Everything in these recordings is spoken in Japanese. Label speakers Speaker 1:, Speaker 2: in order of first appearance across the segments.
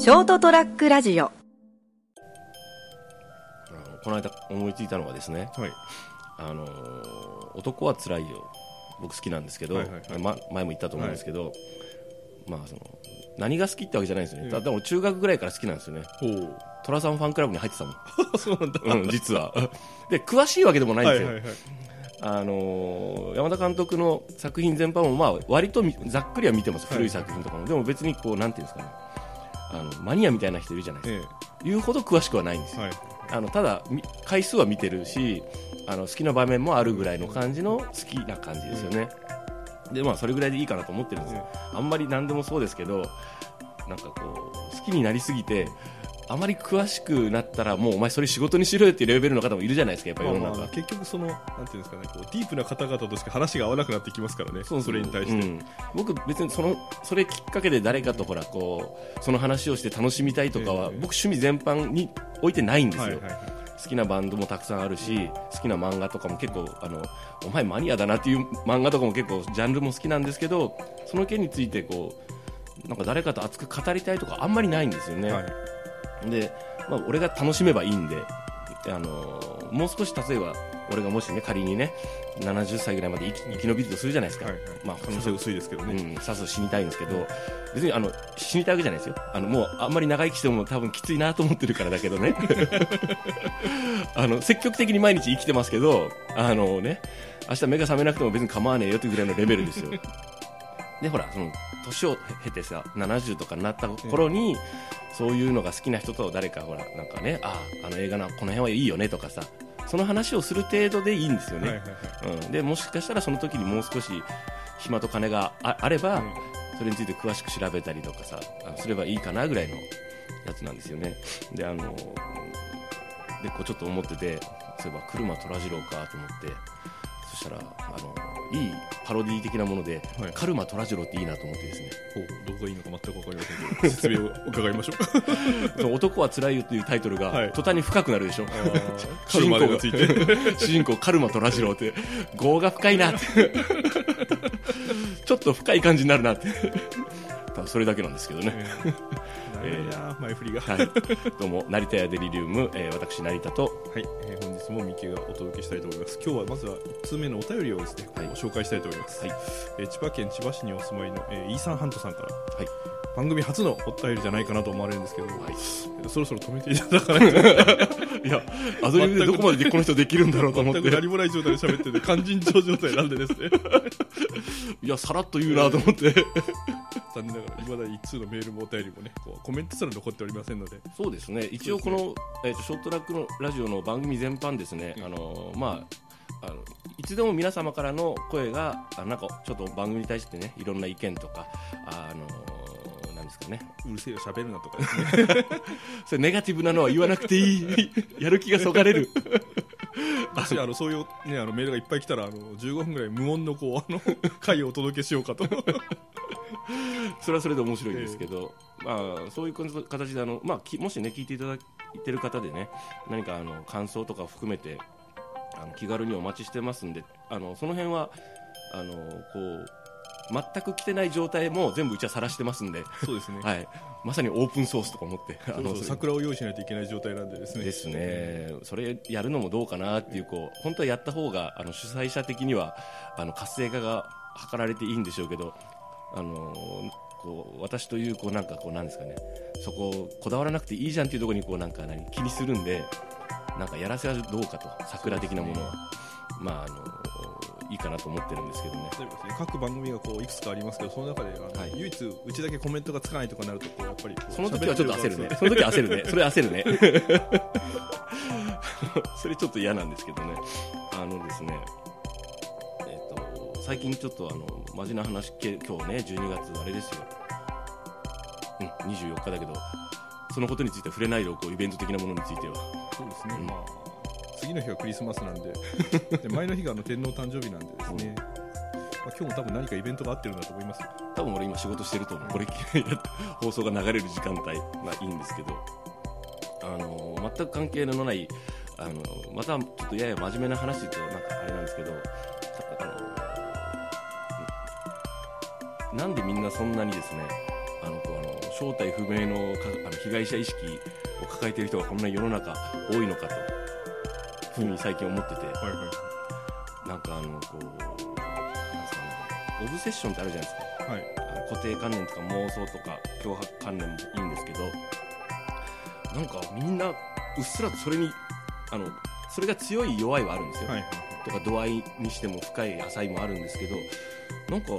Speaker 1: ショートトラックラジオ。
Speaker 2: この間思いついたのがですね、
Speaker 3: はい、
Speaker 2: 男はつらいよ、僕好きなんですけど、
Speaker 3: はいはいはい、
Speaker 2: 前も言ったと思うんですけど、
Speaker 3: はい、
Speaker 2: 何が好きってわけじゃないんですよね、でも中学ぐらいから好きなんですよね。寅さんファンクラブに入ってたもん
Speaker 3: そうなんだ、
Speaker 2: 実はで詳しいわけでもないんですよ、
Speaker 3: はいはいはい、
Speaker 2: 山田監督の作品全般も割とざっくりは見てます、古い作品とかも、はい、でも別にこうなんていうんですかね、マニアみたいな人いるじゃないですか、言うほど詳しくはないんですよ、はい、ただ回数は見てるし、好きな場面もあるぐらいの感じの好きな感じですよね、でそれぐらいでいいかなと思ってるんですよ、あんまり何でもそうですけど、なんかこう好きになりすぎてあまり詳しくなったらもうお前それ仕事にしろよっていうレベルの方もいるじゃないですか、やっぱり世の中、
Speaker 3: 結局なんていうんですかね、こうディープな方々としか話が合わなくなってきますからね、それに対して、
Speaker 2: 僕別にそれきっかけで誰かとこうその話をして楽しみたいとかは、僕趣味全般においてないんですよ、はいはいはい、好きなバンドもたくさんあるし、好きな漫画とかも結構お前マニアだなっていう漫画とかも結構ジャンルも好きなんですけど、その件についてこうなんか誰かと熱く語りたいとかあんまりないんですよね、はい、で俺が楽しめばいいんで、もう少し例えば俺がもしね仮にね70歳ぐらいまで生き延びるとするじゃないですか、はいはい、
Speaker 3: 可能性薄いですけどね、
Speaker 2: さす死にたいんですけど、別に死にたいわけじゃないですよ、もうあんまり長生きしても多分きついなと思ってるからだけどね積極的に毎日生きてますけど、ね、明日目が覚めなくても別に構わねえよというぐらいのレベルですよでほら年を経てさ70とかになった頃に、そういうのが好きな人と誰かほらなんかね、映画のこの辺はいいよねとかさ、その話をする程度でいいんですよね、はいはいはい、でもしかしたらその時にもう少し暇と金が あれば、それについて詳しく調べたりとかさすればいいかなぐらいのやつなんですよね。でこうちょっと思ってて、そういえば車虎次郎かと思って、そしたらいいパロディ的なもので、はい、カルマ虎次郎っていいなと思ってですね、
Speaker 3: どこがいいのか全く分かりませんけど説明を伺いましょ
Speaker 2: う男はつらいよというタイトルが、はい、途端に深くなるでしょ
Speaker 3: カルマがついて
Speaker 2: 主人公カルマ虎次郎って業が深いなってちょっと深い感じになるなってそれだけなんですけどね
Speaker 3: 前振りが、
Speaker 2: はい、どうも成田屋デリリウム、私成田と、
Speaker 3: はい、本日もミケがお届けしたいと思います。今日はまずは1通目のお便りをですね、はい、紹介したいと思います、はい、千葉県千葉市にお住まいの、イーサンハントさんから、はい、番組初のお便りじゃないかなと思われるんですけど、はい、そろそろ止めていただかないといや
Speaker 2: アドリブでどこまでこの人できるんだろうと思って
Speaker 3: 全く何もない状態で喋ってて勧進帳状態なんでですね
Speaker 2: いやさらっと言うなと思って
Speaker 3: 残念ながら未だに1通のメールもお便りもねコメントすら残っておりませんので、
Speaker 2: そうですね、一応この、ショートトラックのラジオの番組全般ですね、いつでも皆様からの声がなんかちょっと番組に対してね、いろんな意見とかなんですかね、
Speaker 3: うるせえよ喋るなとかですね
Speaker 2: それネガティブなのは言わなくていいやる気がそがれる
Speaker 3: もしそういう、メールがいっぱい来たら15分ぐらい無音の回をお届けしようかと
Speaker 2: それはそれで面白いんですけど、そういう形でもしね聞いていただいてる方でね、何か感想とかを含めて気軽にお待ちしてますんで、その辺はこう全く来てない状態も全部うちは晒してますんで、
Speaker 3: そうですね、
Speaker 2: はい、まさにオープンソースとか思って
Speaker 3: 桜を用意しないといけない状態なんでですね、
Speaker 2: ですね、それやるのもどうかなっていう、本当はやった方が主催者的には活性化が図られていいんでしょうけど、私というなんですかね、そこをこだわらなくていいじゃんっていうところに気にするんで、なんかやらせはどうかと、桜的なものは、いいかなと思ってるんですけどね。
Speaker 3: 各番組がいくつかありますけど、その中で唯一うちだけコメントがつかないとかなるとやっぱり
Speaker 2: その時はちょっと焦るねその時は焦るねそれ焦るねそれちょっと嫌なんですけどね。ですね、最近ちょっとマジな話、今日ね12月あれですよ、24日だけど、そのことについて触れないでおこう、イベント的なものについては。
Speaker 3: そうですね、次の日はクリスマスなんでで前の日が天皇誕生日なんでですね、今日も多分何かイベントがあってるんだと思いますよ。
Speaker 2: 多分俺今仕事してると思う、これ放送が流れる時間帯いいんですけど、全く関係のないまたちょっとやや真面目な話となんかあれなんですけど、なんでみんなそんなにですね正体不明の被害者意識を抱えている人がこんな世の中多いのかとふうに最近思ってて、
Speaker 3: はいはい、
Speaker 2: なんかなんですかね、オブセッションってあるじゃないですか、
Speaker 3: はい、
Speaker 2: 固定観念とか妄想とか脅迫観念もいいんですけど、なんかみんなうっすらとそれにそれが強い弱いはあるんですよ、はいはいはい、とか度合いにしても深い浅いもあるんですけど、なんか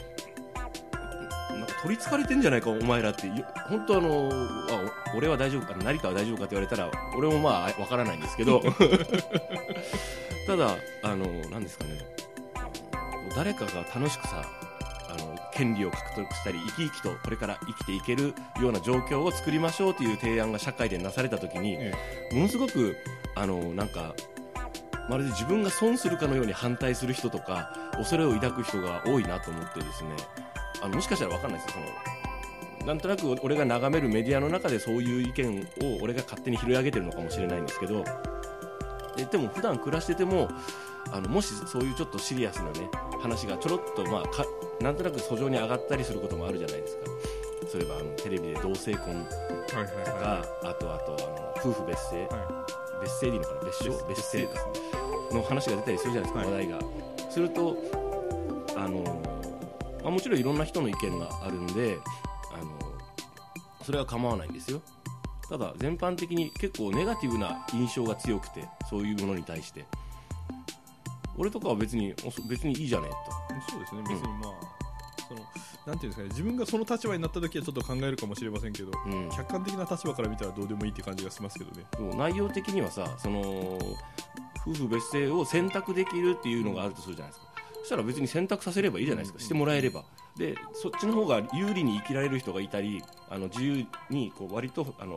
Speaker 2: 取りつかれてんじゃないかお前らって、本当俺は大丈夫か、成田は大丈夫かって言われたら俺もまあわからないんですけどただなんですかね、誰かが楽しくさ権利を獲得したり生き生きとこれから生きていけるような状況を作りましょうという提案が社会でなされたときに、ものすごくなんかまるで自分が損するかのように反対する人とか恐れを抱く人が多いなと思ってですね、もしかしたら分かんないですよ、なんとなく俺が眺めるメディアの中でそういう意見を俺が勝手に拾い上げてるのかもしれないんですけど、でも普段暮らしててももしそういうちょっとシリアスなね話がちょろっとなんとなく訴状に上がったりすることもあるじゃないですか。そういえばテレビで同性婚とか、あと夫婦別姓、別姓でいいのかな、別姓の話が出たりするじゃないですか、話題がするともちろんいろんな人の意見があるんでそれは構わないんですよ。ただ全般的に結構ネガティブな印象が強くて、そういうものに対して俺とかは別にいいじゃねえと。
Speaker 3: そうですね、別になんていうんですかね、自分がその立場になった時はちょっと考えるかもしれませんけど、客観的な立場から見たらどうでもいいって感じがしますけどね。
Speaker 2: 内容的にはさ、夫婦別姓を選択できるっていうのがあるとするじゃないですか。そしたら別に選択させればいいじゃないですか、してもらえれば。でそっちの方が有利に生きられる人がいたり、自由に割となん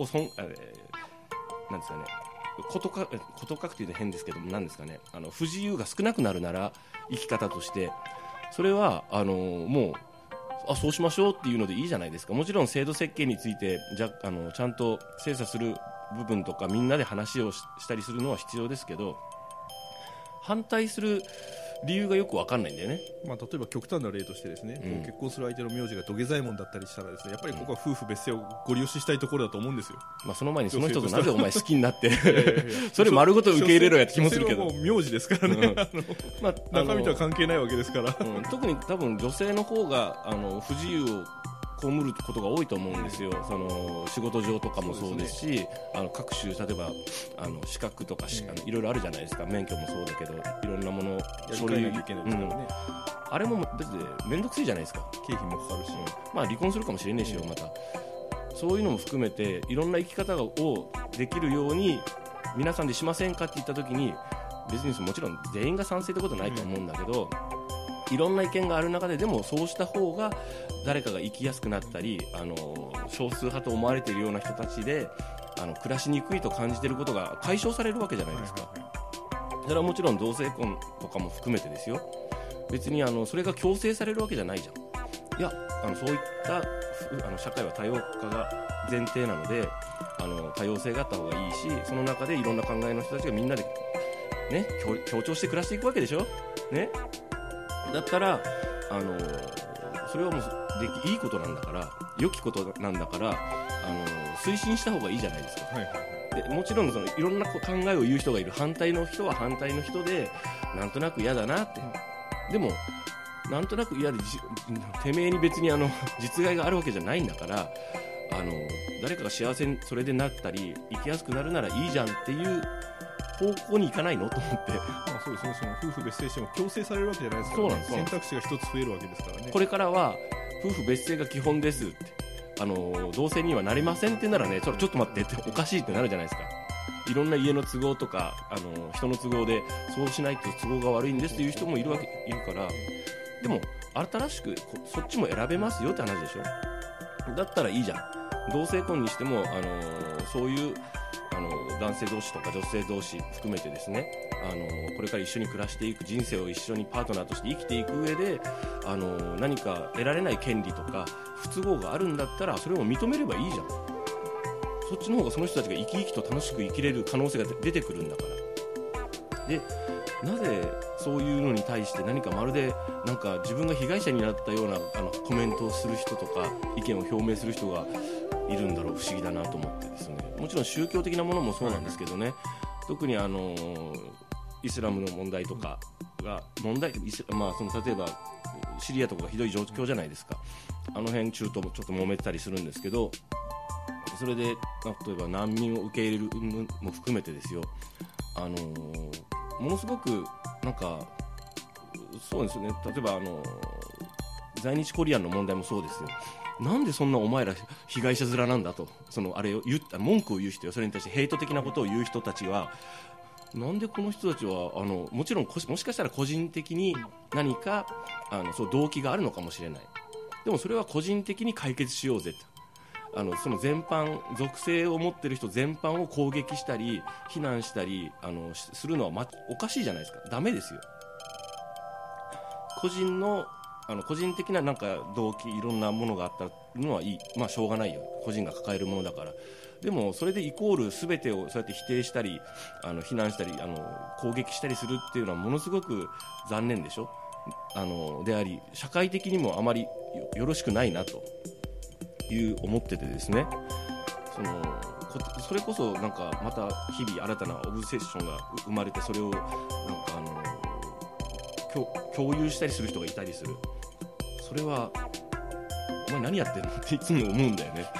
Speaker 2: ですかね、ことかくというと変ですけども、なんですかね、不自由が少なくなるなら生き方としてそれはもうそうしましょうっていうのでいいじゃないですか。もちろん制度設計についてちゃんと精査する部分とかみんなで話をしたりするのは必要ですけど、反対する理由がよく分かんないんだよね。
Speaker 3: 例えば極端な例としてですね、結婚する相手の名字が土下座右衛門だったりしたらですね、やっぱりここは夫婦別姓をご利用ししたいところだと思うんですよ。
Speaker 2: その前にその人となぜお前好きになってそれ丸ごと受け入れろやって気もするけど、
Speaker 3: もう名字ですからね、中身とは関係ないわけですから、
Speaker 2: 特に多分女性の方が不自由を被ることが多いと思うんですよ。仕事上とかもそうですし、各種例えば資格とかいろいろあるじゃないですか。免許もそうだけどいろんなもの
Speaker 3: 書類なきゃいけないですからね、
Speaker 2: あれも別に面倒くさいじゃないですか。
Speaker 3: 経費もかかるし、
Speaker 2: 離婚するかもしれないしよ、またそういうのも含めていろんな生き方をできるように皆さんでしませんかって言った時に、別にもちろん全員が賛成ってことはないと思うんだけど、いろんな意見がある中ででもそうした方が誰かが生きやすくなったり、少数派と思われているような人たちで暮らしにくいと感じていることが解消されるわけじゃないですか。それはもちろん同性婚とかも含めてですよ。別にそれが強制されるわけじゃないじゃん。いやそういった社会は多様化が前提なので多様性があった方がいいし、その中でいろんな考えの人たちがみんなで、ね、協調して暮らしていくわけでしょ、ね、だったらそれはもういいことなんだから、良きことなんだから推進した方がいいじゃないですか、でもちろんいろんな考えを言う人がいる。反対の人は反対の人でなんとなく嫌だなって、でもなんとなく嫌でてめえに別に実害があるわけじゃないんだから、誰かが幸せにそれでなったり生きやすくなるならいいじゃんっていう方向に行かないのと思って。
Speaker 3: そうですね、夫婦別姓しても強制されるわけじゃないですから、ね、選択肢が一つ増えるわけですからね。
Speaker 2: これからは夫婦別姓が基本ですって、同性にはなりませんってならね、ちょっと待ってっておかしいってなるじゃないですか。いろんな家の都合とか人の都合でそうしないと都合が悪いんですっていう人もいるから、でも新しくそっちも選べますよって話でしょ。だったらいいじゃん。同性婚にしてもそういう男性同士とか女性同士含めてですね、これから一緒に暮らしていく、人生を一緒にパートナーとして生きていく上で何か得られない権利とか不都合があるんだったらそれを認めればいいじゃん。そっちの方がその人たちが生き生きと楽しく生きれる可能性が出てくるんだから。でなぜそういうのに対して何かまるでなんか自分が被害者になったようなコメントをする人とか意見を表明する人がいるんだろう、不思議だなと思ってですね。もちろん宗教的なものもそうなんですけどね、特にイスラムの問題とかがその例えばシリアとかがひどい状況じゃないですか。あの辺中東もちょっと揉めてたりするんですけど、それで例えば難民を受け入れるも含めてですよ、ものすごくなんかそうですね、例えば在日コリアンの問題もそうですよ。なんでそんなお前ら被害者面なんだと、あれを文句を言う人やそれに対してヘイト的なことを言う人たちは、なんでこの人たちはもちろんもしかしたら個人的に何かそう動機があるのかもしれない。でもそれは個人的に解決しようぜと、その全般属性を持っている人全般を攻撃したり非難したりするのは、おかしいじゃないですか。ダメですよ。個人的ななんか動機いろんなものがあったのはいい、しょうがないよ、個人が抱えるものだから。でもそれでイコール全てをそうやって否定したり非難したり攻撃したりするっていうのはものすごく残念でしょ。であり社会的にもあまりよろしくないなと思っててですね、それこそなんかまた日々新たなオブセッションが生まれて、それをなんか共有したりする人がいたりする。それはお前何やってんのっていつも思うんだよね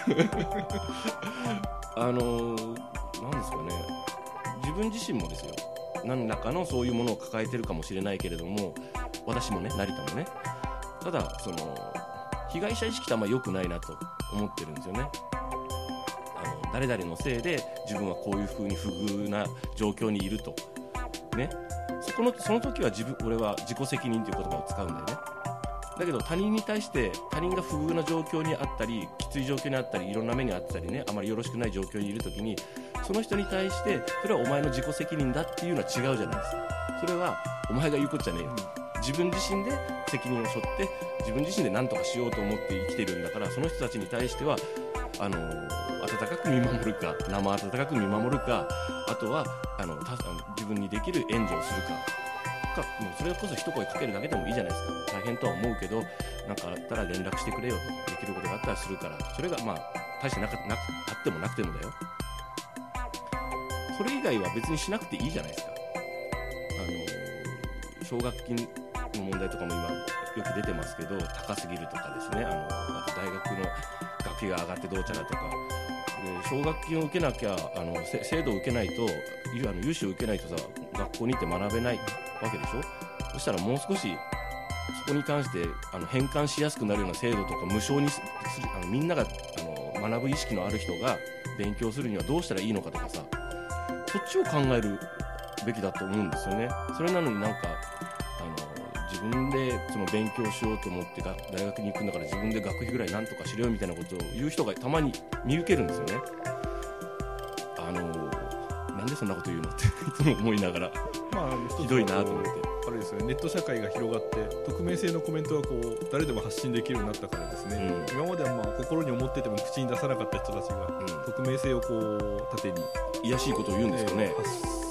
Speaker 2: なんですかね、自分自身もですよ、何らかのそういうものを抱えてるかもしれないけれども、私もね、成田もね、ただ被害者意識ってあんま良くないなと思ってるんですよね。誰々のせいで自分はこういう風に不遇な状況にいるとね、その時は俺は自己責任という言葉を使うんだよね。だけど他人に対して他人が不遇な状況にあったりきつい状況にあったりいろんな目にあったりね、あまりよろしくない状況にいる時にその人に対してそれはお前の自己責任だっていうのは違うじゃないですか。それはお前が言うことじゃねえよ、自分自身で責任を背負って自分自身で何とかしようと思って生きてるんだから、その人たちに対しては温かく見守るか、生温かく見守るか、あとは自分にできる援助をするかもうそれこそ一声かけるだけでもいいじゃないですか。大変とは思うけどなんかあったら連絡してくれよと、できることがあったらするから、それが大してあってもなくてもだよ。それ以外は別にしなくていいじゃないですか。奨学金の問題とかも今よく出てますけど、高すぎるとかですね、あと大学の学費が上がってどうちゃらとかで、奨学金を受けなきゃ制度を受けないと融資を受けないとさ、学校に行って学べないわけでしょ。そしたらもう少しそこに関して変換しやすくなるような制度とか無償にするみんなが学ぶ意識のある人が勉強するにはどうしたらいいのかとかさ、そっちを考えるべきだと思うんですよね。それなのになんか自分でその勉強しようと思って大学に行くんだから自分で学費ぐらいなんとかしろよみたいなことを言う人がたまに見受けるんですよね。なんでそんなこと言うのっていつも思いながら、ひどいなと思って。
Speaker 3: あれですよね、ネット社会が広がって匿名性のコメントが誰でも発信できるようになったからですね、今までは心に思ってても口に出さなかった人たちが、匿名性を盾に
Speaker 2: 卑しいことを言うんですよね。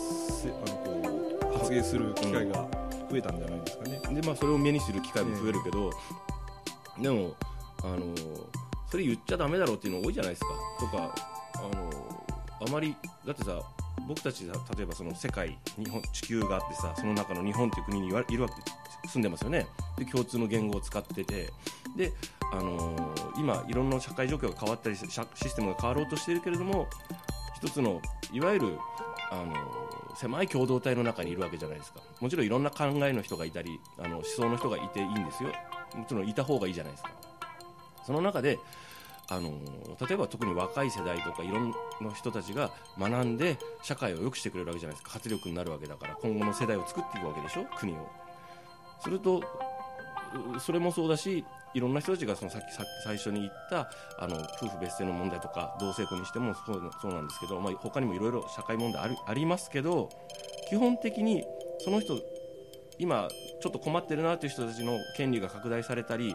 Speaker 3: 発言する機会が増えたんじゃないですかね。
Speaker 2: でそれを目にする機会も増えるけど、でもそれ言っちゃダメだろうっていうの多いじゃないですか。とかあまりだってさ、僕たち例えばその世界地球があってさ、その中の日本という国にいるわけ住んでますよね。で共通の言語を使ってて、で今いろんな社会状況が変わったりシステムが変わろうとしているけれども、一つのいわゆる狭い共同体の中にいるわけじゃないですか。もちろんいろんな考えの人がいたり思想の人がいていいんですよ。もちろんいた方がいいじゃないですか。その中で例えば特に若い世代とかいろんな人たちが学んで社会を良くしてくれるわけじゃないですか。活力になるわけだから、今後の世代を作っていくわけでしょ、国を。するとそれもそうだし、いろんな人たちが最初に言った夫婦別姓の問題とか同性婚にしてもそうなんですけど、他にもいろいろ社会問題ありますけど、基本的にその人今ちょっと困ってるなという人たちの権利が拡大されたり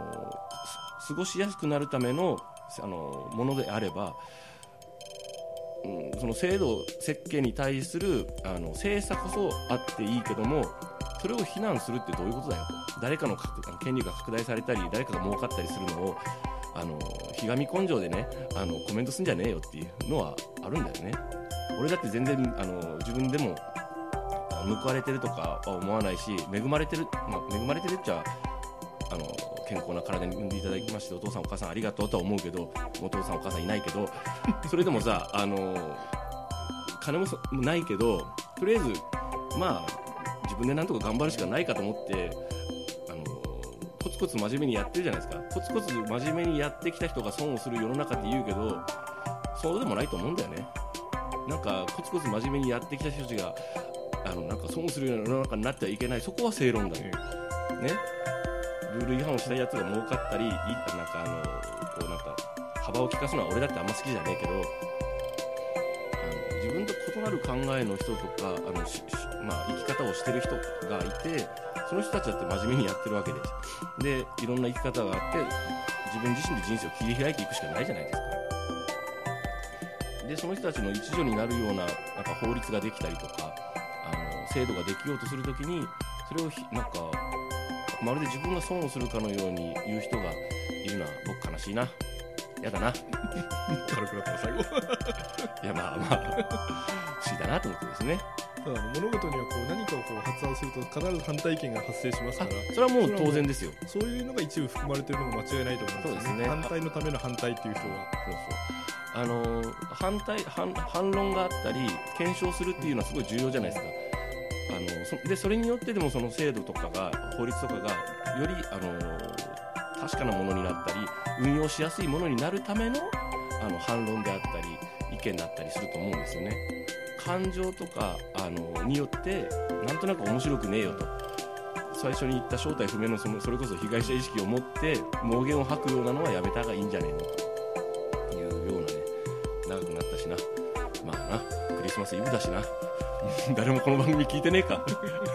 Speaker 2: 過ごしやすくなるためのものであれば、 その制度設計に対する精査こそあっていいけども、それを非難するってどういうことだよと。誰かの権利が拡大されたり誰かが儲かったりするのをひがみ根性でねコメントすんじゃねえよっていうのはあるんだよね。俺だって全然自分でも報われてるとかは思わないし、恵まれてるっちゃ健康な体に産んでいただきましてお父さんお母さんありがとうとは思うけど、お父さんお母さんいないけどそれでもさ金もないけど、とりあえずまあ自分でなんとか頑張るしかないかと思ってコツコツ真面目にやってるじゃないですか。コツコツ真面目にやってきた人が損をする世の中って言うけど、そうでもないと思うんだよね。なんかコツコツ真面目にやってきた人たちがなんか損をするような世の中になってはいけない、そこは正論だね。ルール違反をしたやつが儲かったり、なんか幅を利かすのは俺だってあんま好きじゃねえけど、自分と異なる考えの人とか生き方をしてる人がいて、その人たちだって真面目にやってるわけです。でいろんな生き方があって自分自身で人生を切り開いていくしかないじゃないですか。でその人たちの一助になるような、なんか法律ができたりとか制度ができようとするときに、それをなんかまるで自分が損をするかのように言う人がいるのは僕悲しいな、やだな
Speaker 3: 軽くなったら最後
Speaker 2: いやまあ不思議だなと思ってですね。
Speaker 3: ただ物事には何かを発案すると必ず反対意見が発生しますから、
Speaker 2: それはもう当然ですよ。
Speaker 3: そういうのが一部含まれているのも間違いないと思うんですよね。反対のための反対っていう人が反論があったり検証するっていうのはすごい重要じゃないですか。でそれによってでもその制度とかが法律とかがより確かなものになったり運用しやすいものになるための反論であったり意見だったりすると思うんですよね。感情とかによってなんとなく面白くねえよと、最初に言った正体不明のそれこそ被害者意識を持って妄言を吐くようなのはやめた方がいいんじゃねえのというようなね、長くなったしな。まあな、クリスマスイブだしな誰もこの番組聞いてねえか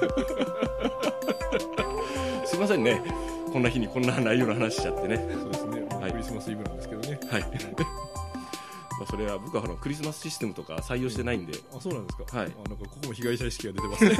Speaker 3: すいませんね、こんな日にこんな内容の話しちゃってね。 そうですね、はい、クリスマスイブなんですけどね。
Speaker 2: はいそれは僕はクリスマスシステムとか採用してないんで。
Speaker 3: あ、そうなんですか。
Speaker 2: はい。
Speaker 3: なんかここも被害者意識が出てますね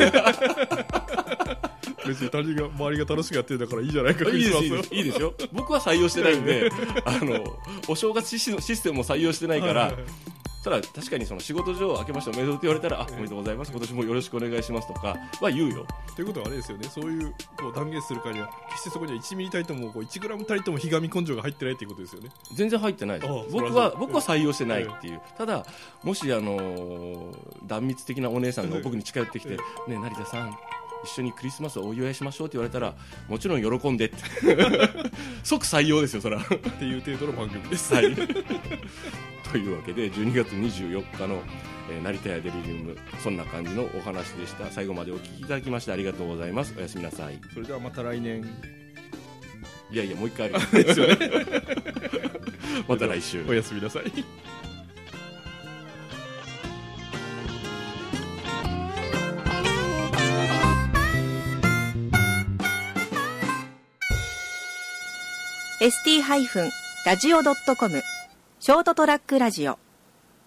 Speaker 3: 別に周りが楽しくやってるんだからいいじゃないか。
Speaker 2: いいですよ。僕は採用してないんでお正月システムも採用してないから、ただ確かにその仕事上明けましておめでとうって言われたら、おめでとうございます、今年もよろしくお願いしますとかは言うよ。
Speaker 3: ということはあれですよね、そういう断言するからには決してそこには1ミリたりとも1グラムたりともひがみ根性が入ってないということですよね。
Speaker 2: 全然入ってないです。僕は採用してないっていう。ただもし断密的なお姉さんが僕に近寄ってきて、ねえ成田さん一緒にクリスマスをお祝いしましょうって言われたら、もちろん喜んでって即採用ですよ、それは
Speaker 3: っていう程度の番組です。
Speaker 2: はいというわけで12月24日の、成田屋デリリウム、そんな感じのお話でした。最後までお聞きいただきましてありがとうございます。おやすみなさい。
Speaker 3: それではまた来年。
Speaker 2: いやいや、もう一回あるですよねまた来週。
Speaker 3: おやすみなさい。
Speaker 1: ST-radio.com ショートトラックラジオ